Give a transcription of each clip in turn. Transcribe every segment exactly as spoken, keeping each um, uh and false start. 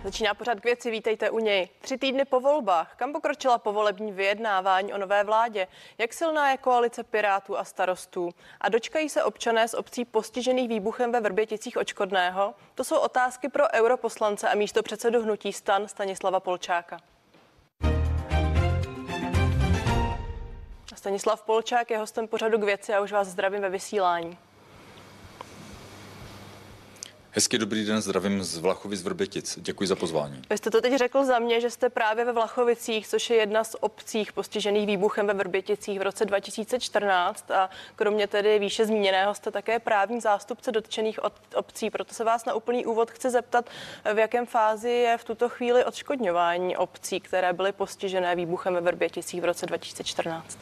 Začíná pořad K věci, vítejte u něj. Tři týdny po volbách. Kam pokročila povolební vyjednávání o nové vládě? Jak silná je koalice Pirátů a Starostů? A dočkají se občané z obcí postižených výbuchem ve Vrběticích odškodného? To jsou otázky pro europoslance a místopředsedu hnutí STAN Stanislava Polčáka. Stanislav Polčák je hostem pořadu K věci a už vás zdravím ve vysílání. Hezký dobrý den, zdravím z Vlachovic Vrbětic. Děkuji za pozvání. Vy jste to teď řekl za mě, že jste právě ve Vlachovicích, což je jedna z obcí postižených výbuchem ve Vrběticích v roce dva tisíce čtrnáct a kromě tedy výše zmíněného jste také právní zástupce dotčených obcí. Proto se vás na úplný úvod chci zeptat, v jakém fázi je v tuto chvíli odškodňování obcí, které byly postižené výbuchem ve Vrběticích v roce dva tisíce čtrnáct.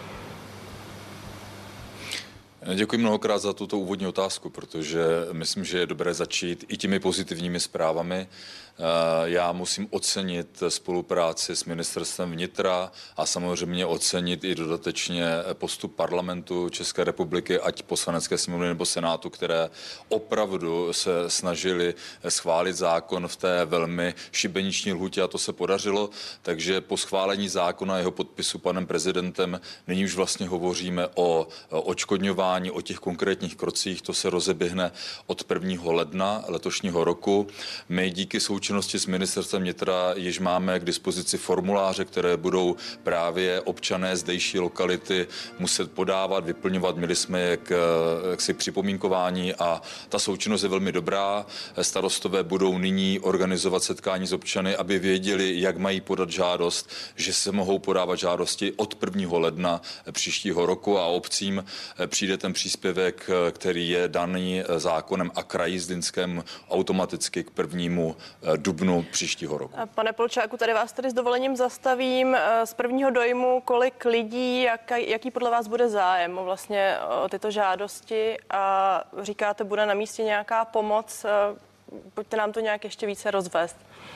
Děkuji mnohokrát za tuto úvodní otázku, protože myslím, že je dobré začít i těmi pozitivními zprávami. Já musím ocenit spolupráci s ministerstvem vnitra a samozřejmě ocenit i dodatečně postup parlamentu České republiky, ať poslanecké sněmovny nebo senátu, které opravdu se snažili schválit zákon v té velmi šibeniční lhůtě a to se podařilo. Takže po schválení zákona a jeho podpisu panem prezidentem nyní už vlastně hovoříme o odškodňování, o těch konkrétních krocích. To se rozeběhne od prvního ledna letošního roku. My díky součinnosti s ministerstvem vnitra již máme k dispozici formuláře, které budou právě občané zdejší lokality muset podávat, vyplňovat. Měli jsme je k jaksi připomínkování a ta součinnost je velmi dobrá. Starostové budou nyní organizovat setkání s občany, aby věděli, jak mají podat žádost, že se mohou podávat žádosti od prvního ledna příštího roku a obcím přijde ten příspěvek, který je daný zákonem a kraji Zlínském automaticky k prvnímu dubnu příštího roku. Pane Polčáku, tady vás tady s dovolením zastavím. Z prvního dojmu, kolik lidí, jak, jaký podle vás bude zájem o vlastně o tyto žádosti a říkáte, bude na místě nějaká pomoc. Pojďte nám to nějak ještě více rozvést.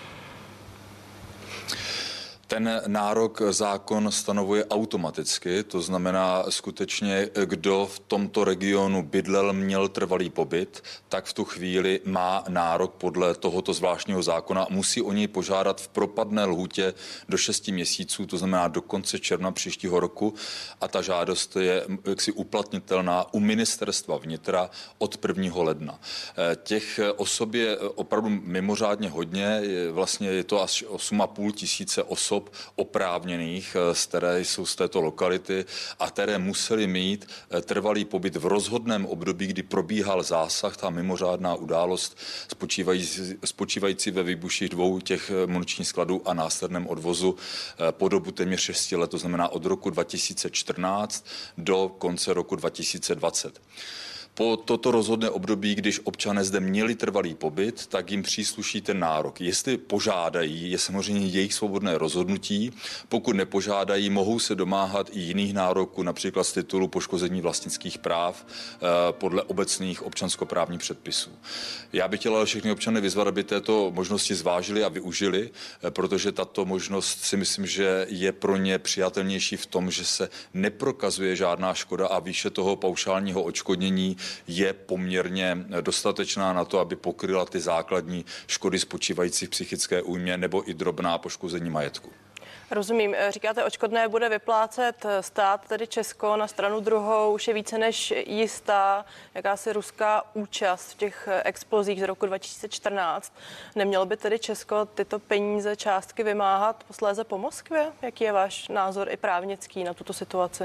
Ten nárok zákon stanovuje automaticky, to znamená skutečně, kdo v tomto regionu bydlel, měl trvalý pobyt, tak v tu chvíli má nárok podle tohoto zvláštního zákona, musí o něj požádat v propadné lhůtě do šesti měsíců, to znamená do konce června příštího roku a ta žádost je jaksi uplatnitelná u ministerstva vnitra od prvního ledna. Těch osob je opravdu mimořádně hodně, vlastně je to až osm a půl tisíce osob oprávněných, z které jsou z této lokality a které museli mít trvalý pobyt v rozhodném období, kdy probíhal zásah, ta mimořádná událost spočívající, spočívající ve výbuších dvou těch muničních skladů a následném odvozu po dobu téměř šesti let, to znamená od roku dva tisíce čtrnáct do konce roku dva tisíce dvacet. Po toto rozhodné období, když občané zde měli trvalý pobyt, tak jim přísluší ten nárok. Jestli požádají, je samozřejmě jejich svobodné rozhodnutí. Pokud nepožádají, mohou se domáhat i jiných nároků, například z titulu poškození vlastnických práv podle obecných občanskoprávních předpisů. Já bych chtěl všechny občany vyzvat, aby této možnosti zvážili a využili, protože tato možnost si myslím, že je pro ně přijatelnější v tom, že se neprokazuje žádná škoda a výše toho paušálního odškodnění je poměrně dostatečná na to, aby pokryla ty základní škody spočívající v psychické újmě nebo i drobná poškození majetku. Rozumím. Říkáte, odškodné bude vyplácet stát, tedy Česko, na stranu druhou už je více než jistá jakási ruská účast v těch explozích z roku dva tisíce čtrnáct. Nemělo by tedy Česko tyto peníze, částky vymáhat posléze po Moskvě? Jaký je váš názor i právnický na tuto situaci?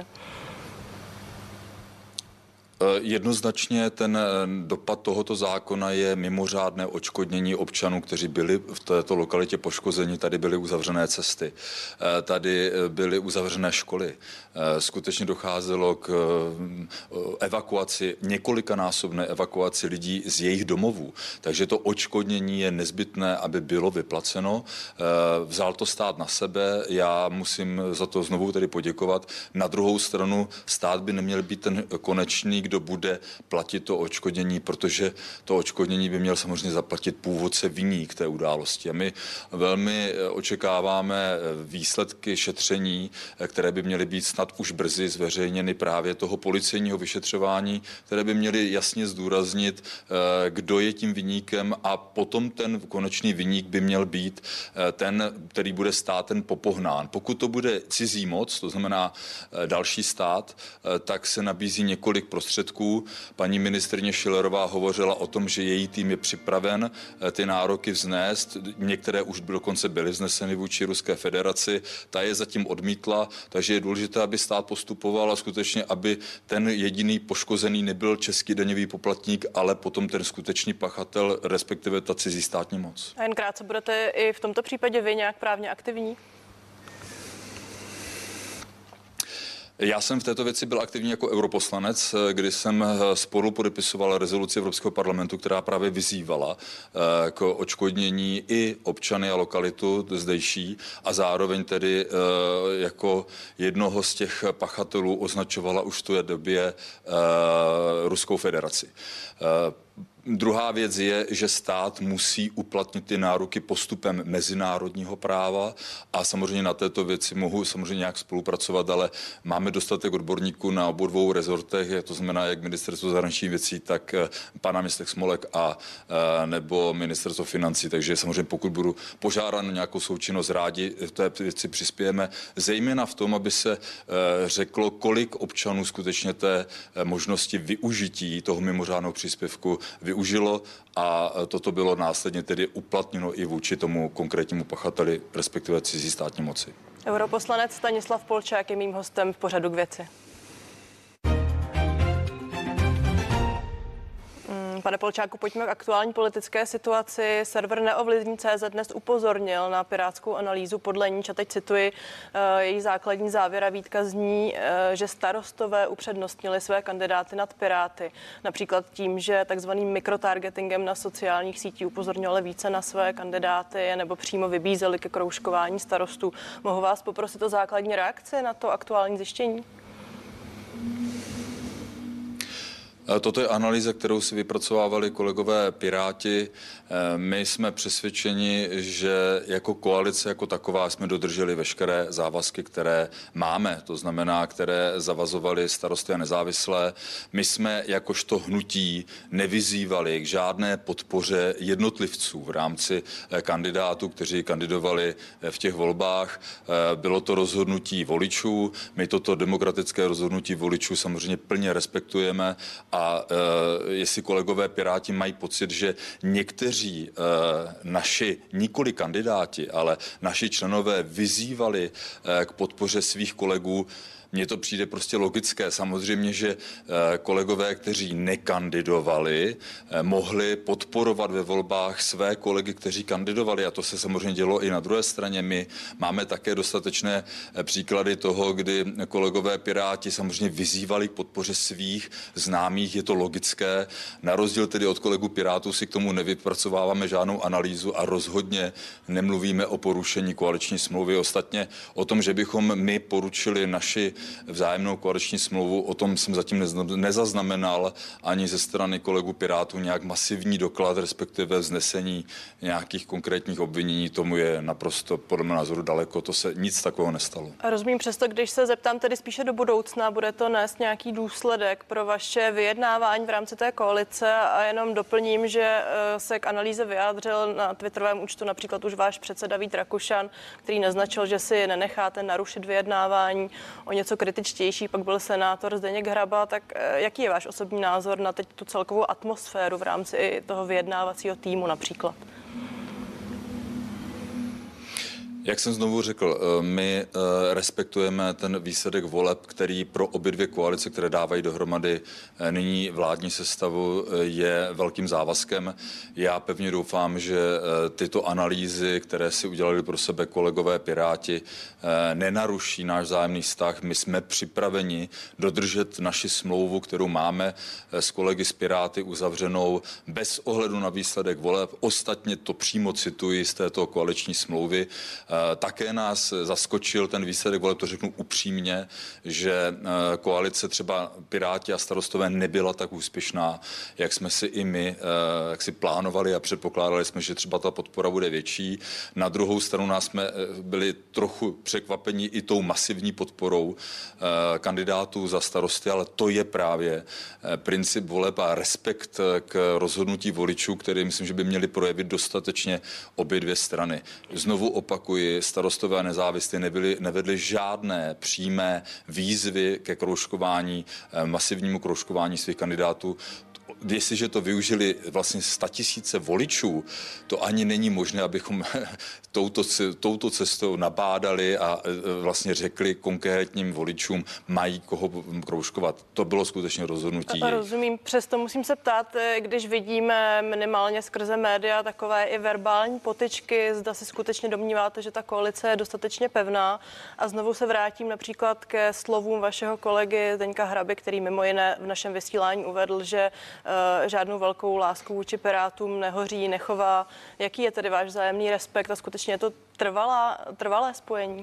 Jednoznačně ten dopad tohoto zákona je mimořádné odškodnění občanů, kteří byli v této lokalitě poškozeni. Tady byly uzavřené cesty, tady byly uzavřené školy. Skutečně docházelo k evakuaci, několikanásobné evakuaci lidí z jejich domovů. Takže to odškodnění je nezbytné, aby bylo vyplaceno. Vzal to stát na sebe, já musím za to znovu tedy poděkovat. Na druhou stranu stát by neměl být ten konečný, kdo bude platit to odškodnění, protože to odškodnění by měl samozřejmě zaplatit původce viník té události. A my velmi očekáváme výsledky šetření, které by měly být snad už brzy zveřejněny právě toho policejního vyšetřování, které by měly jasně zdůraznit, kdo je tím viníkem a potom ten konečný viník by měl být ten, který bude stát ten popohnán. Pokud to bude cizí moc, to znamená další stát, tak se nabízí několik prostředků. Paní ministryně Schillerová hovořila o tom, že její tým je připraven ty nároky vznést. Některé už dokonce byly vzneseny vůči Ruské federaci. Ta je zatím odmítla, takže je důležité, aby stát postupoval a skutečně, aby ten jediný poškozený nebyl český daňový poplatník, ale potom ten skutečný pachatel, respektive ta cizí státní moc. A jen krátce, budete i v tomto případě vy nějak právně aktivní? Já jsem v této věci byl aktivní jako europoslanec, kdy jsem spolu podepisoval rezoluci Evropského parlamentu, která právě vyzývala k odškodnění i občany a lokalitu zdejší a zároveň tedy jako jednoho z těch pachatelů označovala už v té době Ruskou federaci. Druhá věc je, že stát musí uplatnit ty nároky postupem mezinárodního práva a samozřejmě na této věci mohu samozřejmě nějak spolupracovat, ale máme dostatek odborníků na obou dvou rezortech, to znamená jak ministerstvo zahraničních věcí, tak pan náměstek Smolek a nebo ministerstvo financí, takže samozřejmě pokud budu požádán nějakou součinnost, rádi v té věci přispějeme, zejména v tom, aby se řeklo, kolik občanů skutečně té možnosti využití toho mimořádného příspěvku využilo a toto bylo následně tedy uplatněno i vůči tomu konkrétnímu pachateli, respektive cizí státní moci. Europoslanec Stanislav Polčák je mým hostem v pořadu K věci. Pane Polčáku, pojďme k aktuální politické situaci. Server neovlivní tečka cé zet dnes upozornil na pirátskou analýzu, podle níž, a teď cituji, její základní závěr a výtka zní, že starostové upřednostnili své kandidáty nad Piráty. Například tím, že takzvaným mikrotargetingem na sociálních sítích upozorňovali více na své kandidáty nebo přímo vybízeli ke kroužkování starostů. Mohu vás poprosit o základní reakci na to aktuální zjištění? Toto je analýza, kterou si vypracovávali kolegové Piráti. My jsme přesvědčeni, že jako koalice jako taková jsme dodrželi veškeré závazky, které máme, to znamená, které zavazovali Starosty a nezávislé. My jsme jakožto hnutí nevyzývali k žádné podpoře jednotlivců v rámci kandidátů, kteří kandidovali v těch volbách. Bylo to rozhodnutí voličů, my toto demokratické rozhodnutí voličů samozřejmě plně respektujeme. A e, jestli kolegové Piráti mají pocit, že někteří e, naši, nikoli kandidáti, ale naši členové vyzývali e, k podpoře svých kolegů, mně to přijde prostě logické. Samozřejmě, že kolegové, kteří nekandidovali, mohli podporovat ve volbách své kolegy, kteří kandidovali. A to se samozřejmě dělo i na druhé straně. My máme také dostatečné příklady toho, kdy kolegové Piráti samozřejmě vyzývali k podpoře svých známých. Je to logické. Na rozdíl tedy od kolegů Pirátů si k tomu nevypracováváme žádnou analýzu a rozhodně nemluvíme o porušení koaliční smlouvy. Ostatně o tom, že bychom my poručili naši vzájemnou koaliční smlouvu, o tom jsem zatím nezaznamenal ani ze strany kolegů Pirátů nějak masivní doklad, respektive vznesení nějakých konkrétních obvinění. Tomu je naprosto podle mého názoru daleko, to se nic takového nestalo. A rozumím, přesto, když se zeptám tedy spíše do budoucna, bude to nést nějaký důsledek pro vaše vyjednávání v rámci té koalice a jenom doplním, že se k analýze vyjádřil na twitterovém účtu například už váš předseda Vít Rakušan, který naznačil, že si nenecháte narušit vyjednávání. O něco kritičtější pak byl senátor Zdeněk Hraba, tak jaký je váš osobní názor na teď tu celkovou atmosféru v rámci toho vyjednávacího týmu například? Jak jsem znovu řekl, my respektujeme ten výsledek voleb, který pro obě dvě koalice, které dávají dohromady nyní vládní sestavu, je velkým závazkem. Já pevně doufám, že tyto analýzy, které si udělali pro sebe kolegové Piráti, nenaruší náš vzájemný vztah. My jsme připraveni dodržet naši smlouvu, kterou máme s kolegy z Piráty uzavřenou bez ohledu na výsledek voleb. Ostatně to přímo cituji z této koaliční smlouvy. Také nás zaskočil ten výsledek voleb, to řeknu upřímně, že koalice třeba Piráti a Starostové nebyla tak úspěšná, jak jsme si i my jak si plánovali a předpokládali jsme, že třeba ta podpora bude větší. Na druhou stranu nás jsme byli trochu překvapeni i tou masivní podporou kandidátů za Starosty, ale to je právě princip voleb a respekt k rozhodnutí voličů, který myslím, že by měli projevit dostatečně obě dvě strany. Znovu opakuji, Starostové a nezávislí nebyli, nevedli žádné přímé výzvy ke kroužkování, masivnímu kroužkování svých kandidátů. Jestliže to využili vlastně statisíce voličů, to ani není možné, abychom touto, touto cestou nabádali a vlastně řekli konkrétním voličům, mají koho kroužkovat. To bylo skutečně rozhodnutí. A rozumím, přesto musím se ptát, když vidíme minimálně skrze média takové i verbální potyčky, zda si skutečně domníváte, že ta koalice je dostatečně pevná. A znovu se vrátím například ke slovům vašeho kolegy Zdeňka Hraby, který mimo jiné v našem vysílání uvedl, že žádnou velkou lásku vůči Pirátům nehoří, nechová. Jaký je tedy váš vzájemný respekt a skutečně je to trvalá, trvalé spojení?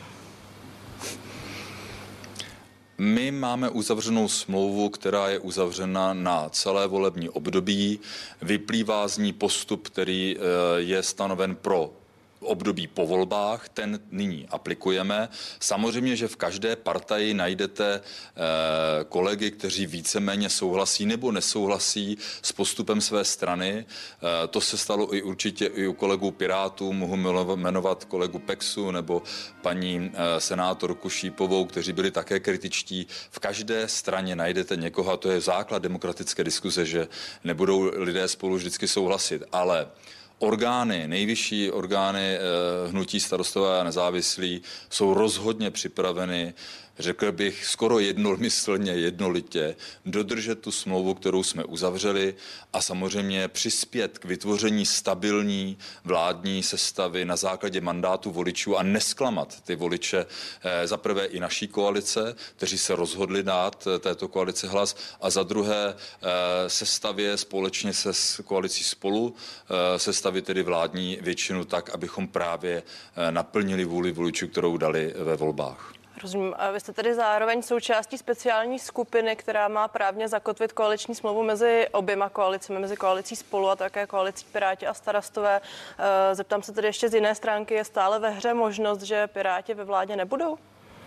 My máme uzavřenou smlouvu, která je uzavřena na celé volební období. Vyplývá z ní postup, který je stanoven pro období po volbách, ten nyní aplikujeme. Samozřejmě, že v každé partaji najdete eh, kolegy, kteří víceméně souhlasí nebo nesouhlasí s postupem své strany. Eh, to se stalo i určitě i u kolegů Pirátů, mohu jmenovat kolegu Pexu nebo paní eh, senátorku Šípovou, kteří byli také kritičtí. V každé straně najdete někoho, a to je základ demokratické diskuze, že nebudou lidé spolu vždycky souhlasit, ale orgány, nejvyšší orgány eh, hnutí Starostové a nezávislí jsou rozhodně připraveny, řekl bych, skoro jednomyslně, jednolitě dodržet tu smlouvu, kterou jsme uzavřeli a samozřejmě přispět k vytvoření stabilní vládní sestavy na základě mandátu voličů a nesklamat ty voliče eh, za prvé i naší koalice, kteří se rozhodli dát této koalici hlas a za druhé eh, sestavě společně se s koalicí Spolu, eh, sestavit tedy vládní většinu tak, abychom právě eh, naplnili vůli voličů, kterou dali ve volbách. Rozumím. A vy jste tedy zároveň součástí speciální skupiny, která má právně zakotvit koaliční smlouvu mezi oběma koalicemi, mezi koalicí Spolu a také koalicí Piráti a Starostové. Zeptám se tedy ještě z jiné stránky, je stále ve hře možnost, že Piráti ve vládě nebudou?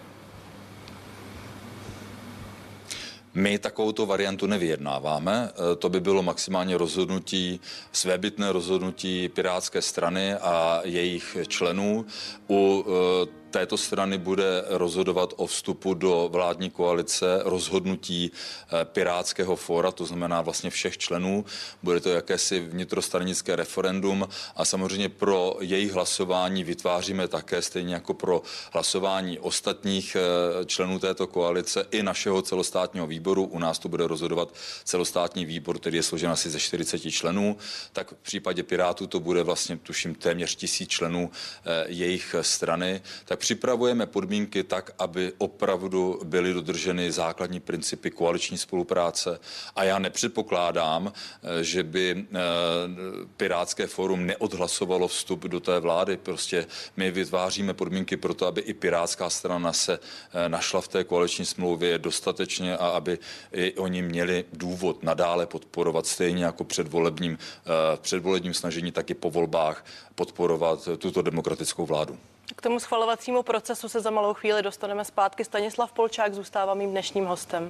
My takovouto variantu nevyjednáváme. To by bylo maximálně rozhodnutí, svébytné rozhodnutí Pirátské strany a jejich členů. U této strany bude rozhodovat o vstupu do vládní koalice rozhodnutí Pirátského fóra, to znamená vlastně všech členů. Bude to jakési vnitrostranické referendum a samozřejmě pro jejich hlasování vytváříme také stejně jako pro hlasování ostatních členů této koalice i našeho celostátního výboru. U nás to bude rozhodovat celostátní výbor, který je složen asi ze čtyřiceti členů. Tak v případě Pirátů to bude vlastně, tuším, téměř tisíc členů jejich strany. Tak připravujeme podmínky tak, aby opravdu byly dodrženy základní principy koaliční spolupráce a já nepředpokládám, že by Pirátské fórum neodhlasovalo vstup do té vlády. Prostě my vytváříme podmínky pro to, aby i Pirátská strana se našla v té koaliční smlouvě dostatečně a aby i oni měli důvod nadále podporovat stejně jako předvolebním, předvolebním snažení, tak i po volbách podporovat tuto demokratickou vládu. K tomu schvalovacímu procesu se za malou chvíli dostaneme zpátky. Stanislav Polčák zůstává mým dnešním hostem.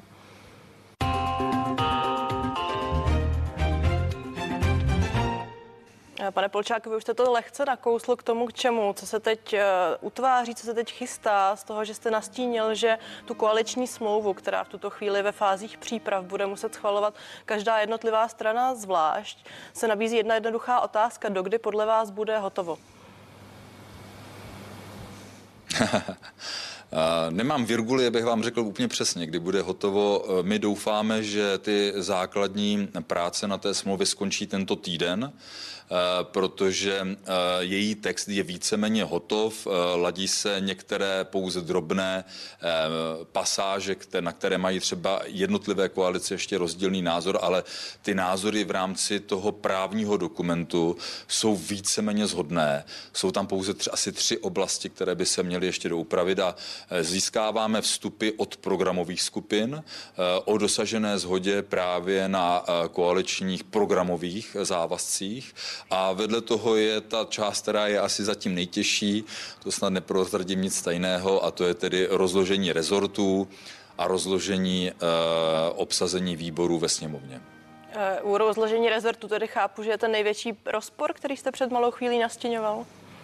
Pane Polčáku, vy už jste to lehce nakousl k tomu, k čemu, co se teď utváří, co se teď chystá, z toho, že jste nastínil, že tu koaliční smlouvu, která v tuto chvíli ve fázích příprav bude muset schvalovat každá jednotlivá strana zvlášť, se nabízí jedna jednoduchá otázka, dokdy podle vás bude hotovo? Nemám virguly, abych vám řekl úplně přesně, kdy bude hotovo. My doufáme, že ty základní práce na té smlouvě skončí tento týden, protože její text je víceméně hotov, ladí se některé pouze drobné pasáže, na které mají třeba jednotlivé koalice ještě rozdílný názor, ale ty názory v rámci toho právního dokumentu jsou víceméně shodné. Jsou tam pouze tři, asi tři oblasti, které by se měly ještě doupravit a získáváme vstupy od programových skupin o dosažené shodě právě na koaličních programových závazcích. A vedle toho je ta část, která je asi zatím nejtěžší, to snad neprozradím nic tajného, a to je tedy rozložení rezortů a rozložení e, obsazení výborů ve sněmovně. U rozložení rezortu tedy chápu, že je ten největší rozpor, který jste před malou chvílí nastěňoval?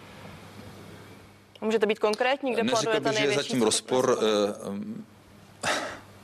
Můžete být konkrétní, kde plánujete největší? Neřekl bych, že je zatím rozpor. E,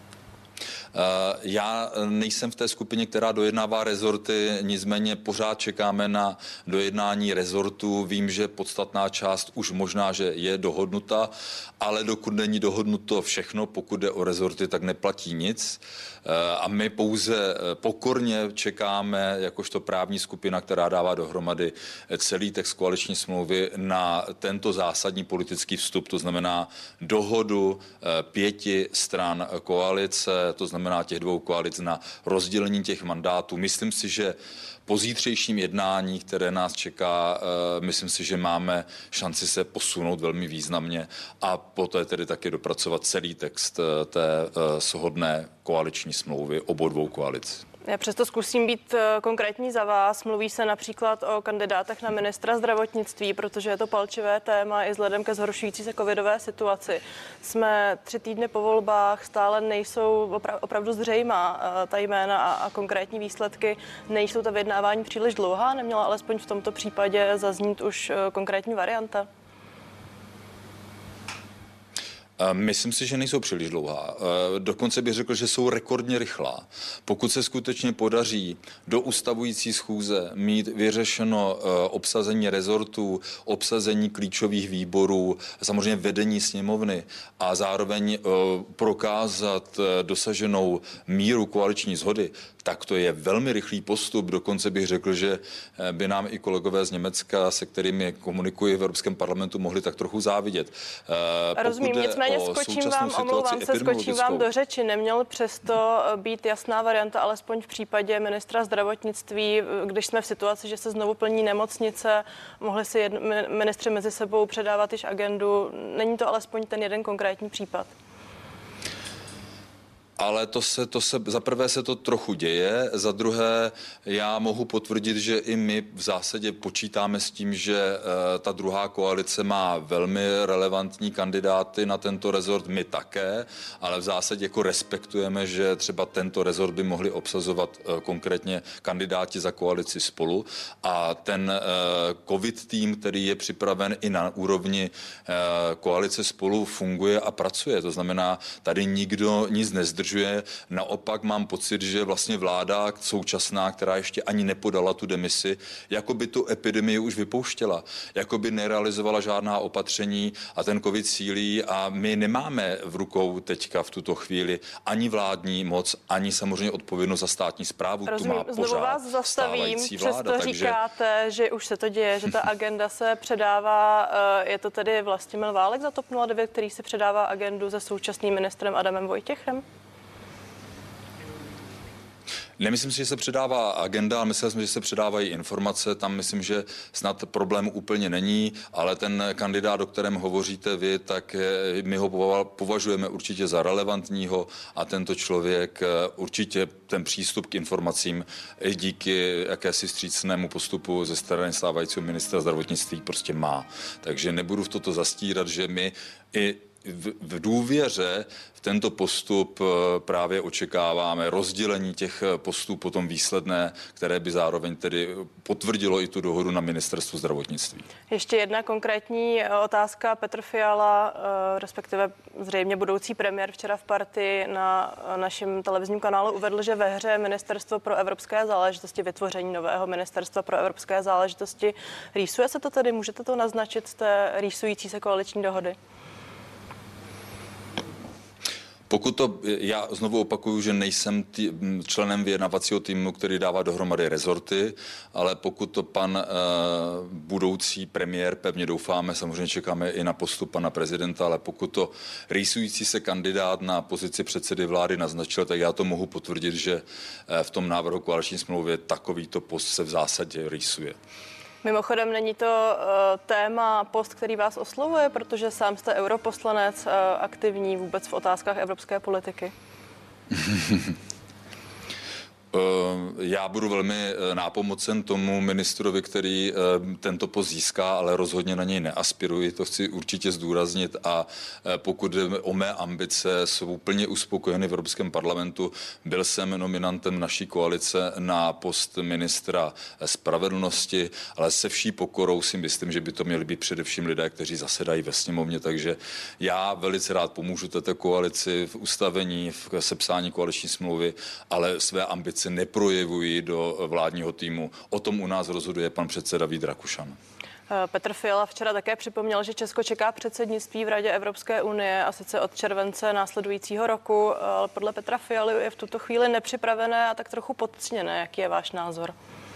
Já nejsem v té skupině, která dojednává rezorty, nicméně pořád čekáme na dojednání rezortu. Vím, že podstatná část už možná, že je dohodnuta, ale dokud není dohodnuto všechno, pokud jde o rezorty, tak neplatí nic. A my pouze pokorně čekáme, jakožto právní skupina, která dává dohromady celý text koaliční smlouvy, na tento zásadní politický vstup, to znamená dohodu pěti stran koalice, to znamená těch dvou koalic na rozdělení těch mandátů. Myslím si, že po zítřejším jednání, které nás čeká, myslím si, že máme šanci se posunout velmi významně a poté tedy taky dopracovat celý text té shodné koaliční smlouvy obou dvou koalic. Já přesto zkusím být konkrétní za vás. Mluví se například o kandidátech na ministra zdravotnictví, protože je to palčivé téma i vzhledem ke zhoršující se covidové situaci. Jsme tři týdny po volbách, stále nejsou opravdu zřejmá ta jména a konkrétní výsledky. Nejsou ta vyjednávání příliš dlouhá, neměla alespoň v tomto případě zaznít už konkrétní varianta? Myslím si, že nejsou příliš dlouhá. Dokonce bych řekl, že jsou rekordně rychlá. Pokud se skutečně podaří do ustavující schůze mít vyřešeno obsazení rezortů, obsazení klíčových výborů, samozřejmě vedení sněmovny a zároveň prokázat dosaženou míru koaliční shody, tak to je velmi rychlý postup. Dokonce bych řekl, že by nám i kolegové z Německa, se kterými komunikuji v Evropském parlamentu, mohli tak trochu závidět. Rozumím, nicméně skočím vám, omlouvám se, skočím vám do řeči. Neměl přesto být jasná varianta, alespoň v případě ministra zdravotnictví, když jsme v situaci, že se znovu plní nemocnice, mohli si jed, ministři mezi sebou předávat již agendu. Není to alespoň ten jeden konkrétní případ? Ale to se, to se, za prvé se to trochu děje, za druhé já mohu potvrdit, že i my v zásadě počítáme s tím, že e, ta druhá koalice má velmi relevantní kandidáty na tento rezort, my také, ale v zásadě jako respektujeme, že třeba tento rezort by mohli obsazovat e, konkrétně kandidáti za koalici Spolu a ten e, covid tým, který je připraven i na úrovni e, koalice Spolu, funguje a pracuje, to znamená, tady nikdo nic nezdržuje. Naopak mám pocit, že vlastně vláda současná, která ještě ani nepodala tu demisi, jako by tu epidemii už vypouštěla, jako by nerealizovala žádná opatření a ten covid sílí a my nemáme v rukou teďka v tuto chvíli ani vládní moc, ani samozřejmě odpovědnost za státní správu. Rozumím, tu má znovu pořád vás zastavím, vláda, přesto takže... říkáte, že už se to děje, že ta agenda se předává, je to tedy Vlastimil Válek za TOP nula devět, který si předává agendu se současným ministrem Adamem Vojtěchem? Nemyslím si, že se předává agenda, ale myslím si, že se předávají informace. Tam myslím, že snad problém úplně není, ale ten kandidát, o kterém hovoříte vy, tak my ho považujeme určitě za relevantního a tento člověk určitě ten přístup k informacím i díky jakési vstřícnému postupu ze strany stávajícího ministra zdravotnictví prostě má. Takže nebudu v toto zastírat, že my i V, v důvěře v tento postup právě očekáváme rozdělení těch postů potom výsledné, které by zároveň tedy potvrdilo i tu dohodu na ministerstvu zdravotnictví. Ještě jedna konkrétní otázka. Petr Fiala, respektive zřejmě budoucí premiér, včera v Partii na našem televizním kanálu uvedl, že ve hře Ministerstvo pro evropské záležitosti, vytvoření nového Ministerstva pro evropské záležitosti. Rýsuje se to tedy? Můžete to naznačit z té rýsující se koaliční dohody? Pokud to, já znovu opakuju, že nejsem tý, členem vyjednavacího týmu, který dává dohromady rezorty, ale pokud to pan uh, budoucí premiér, pevně doufáme, samozřejmě čekáme i na postup pana prezidenta, ale pokud to rýsující se kandidát na pozici předsedy vlády naznačil, tak já to mohu potvrdit, že uh, v tom návrhu koaliční smlouvy takovýto post se v zásadě rýsuje. Mimochodem není to uh, téma post, který vás oslovuje, protože sám jste europoslanec, uh, aktivní vůbec v otázkách evropské politiky. Já budu velmi nápomocen tomu ministrovi, který tento post získá, ale rozhodně na něj neaspiruji, to chci určitě zdůraznit a pokud o mé ambice jsou úplně uspokojeny v Evropském parlamentu, byl jsem nominantem naší koalice na post ministra spravedlnosti, ale se vší pokorou si myslím, že by to měli být především lidé, kteří zasedají ve sněmovně, takže já velice rád pomůžu této koalici v ustavení, v sepsání koaliční smlouvy, ale své ambice se neprojevují do vládního týmu. O tom u nás rozhoduje pan předseda Vít Rakušan. Petr Fiala včera také připomněl, že Česko čeká předsednictví v Radě Evropské unie a sice od července následujícího roku, ale podle Petra Fialy je v tuto chvíli nepřipravené a tak trochu podceněné. Jaký je váš názor?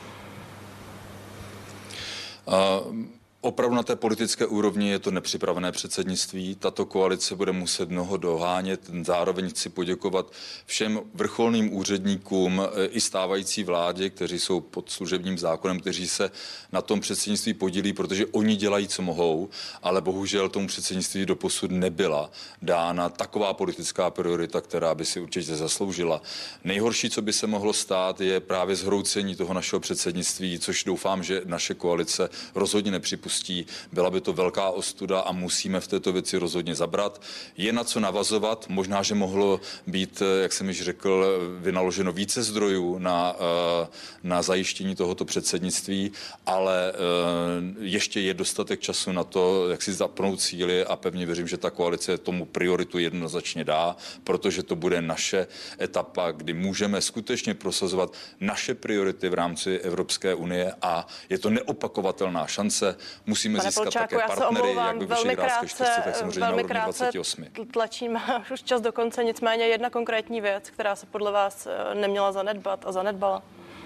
Uh... Opravdu na té politické úrovni je to nepřipravené předsednictví. Tato koalice bude muset mnoho dohánět. Zároveň chci poděkovat všem vrcholným úředníkům i stávající vládě, kteří jsou pod služebním zákonem, kteří se na tom předsednictví podílí, protože oni dělají, co mohou, ale bohužel tomu předsednictví doposud nebyla dána taková politická priorita, která by si určitě zasloužila. Nejhorší, co by se mohlo stát, je právě zhroucení toho našeho předsednictví, což doufám, že naše koalice rozhodně nepřipustí. Byla by to velká ostuda a musíme v této věci rozhodně zabrat. Je na co navazovat, možná, že mohlo být, jak jsem již řekl, vynaloženo více zdrojů na, na zajištění tohoto předsednictví, ale ještě je dostatek času na to, jak si zapnout síly a pevně věřím, že ta koalice tomu prioritu jednoznačně dá, protože to bude naše etapa, kdy můžeme skutečně prosazovat naše priority v rámci Evropské unie a je to neopakovatelná šance. Musíme Pane získat Polčáku, také partnery, jak by velmi krátce, čtyřce, tak samozřejmě na úrovni dvacet osm. Tlačíme už čas do konce, nicméně jedna konkrétní věc, která se podle vás neměla zanedbat a zanedbala.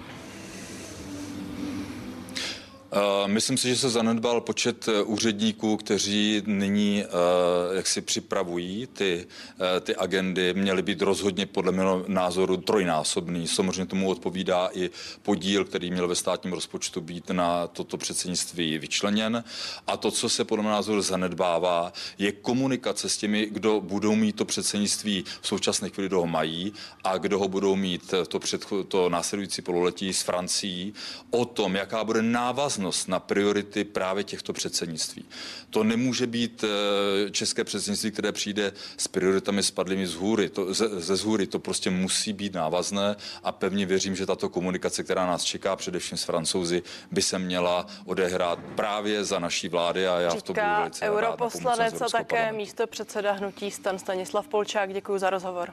Myslím si, že se zanedbal počet úředníků, kteří nyní jak si připravují ty, ty agendy. Měly být rozhodně podle mého názoru trojnásobný. Samozřejmě tomu odpovídá i podíl, který měl ve státním rozpočtu být na toto předsednictví vyčleněn. A to, co se podle mého názoru zanedbává, je komunikace s těmi, kdo budou mít to předsednictví v současné chvíli, kdo ho mají a kdo ho budou mít to, před, to následující pololetí s Francií o tom, jaká bude návaznost na priority právě těchto předsednictví. To nemůže být české předsednictví, které přijde s prioritami spadlými z hůry, to, ze, ze zhůry. To prostě musí být návazné a pevně věřím, že tato komunikace, která nás čeká především s Francouzi, by se měla odehrát právě za naší vlády a já v to budu velice rád. Europoslanec a také místo předseda hnutí STAN Stanislav Polčák. Děkuji za rozhovor.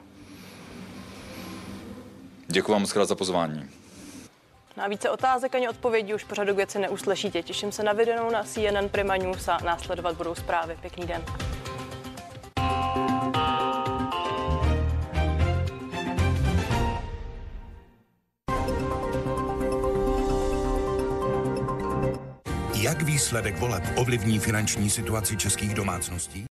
Děkuji vám moc krát za pozvání. Na více otázek ani odpovědí už pořadu k věci neuslyšíte. Těším se na viděnou na C N N Prima News a následovat budou zprávy. Pěkný den. Jak výsledek voleb ovlivní finanční situaci českých domácností?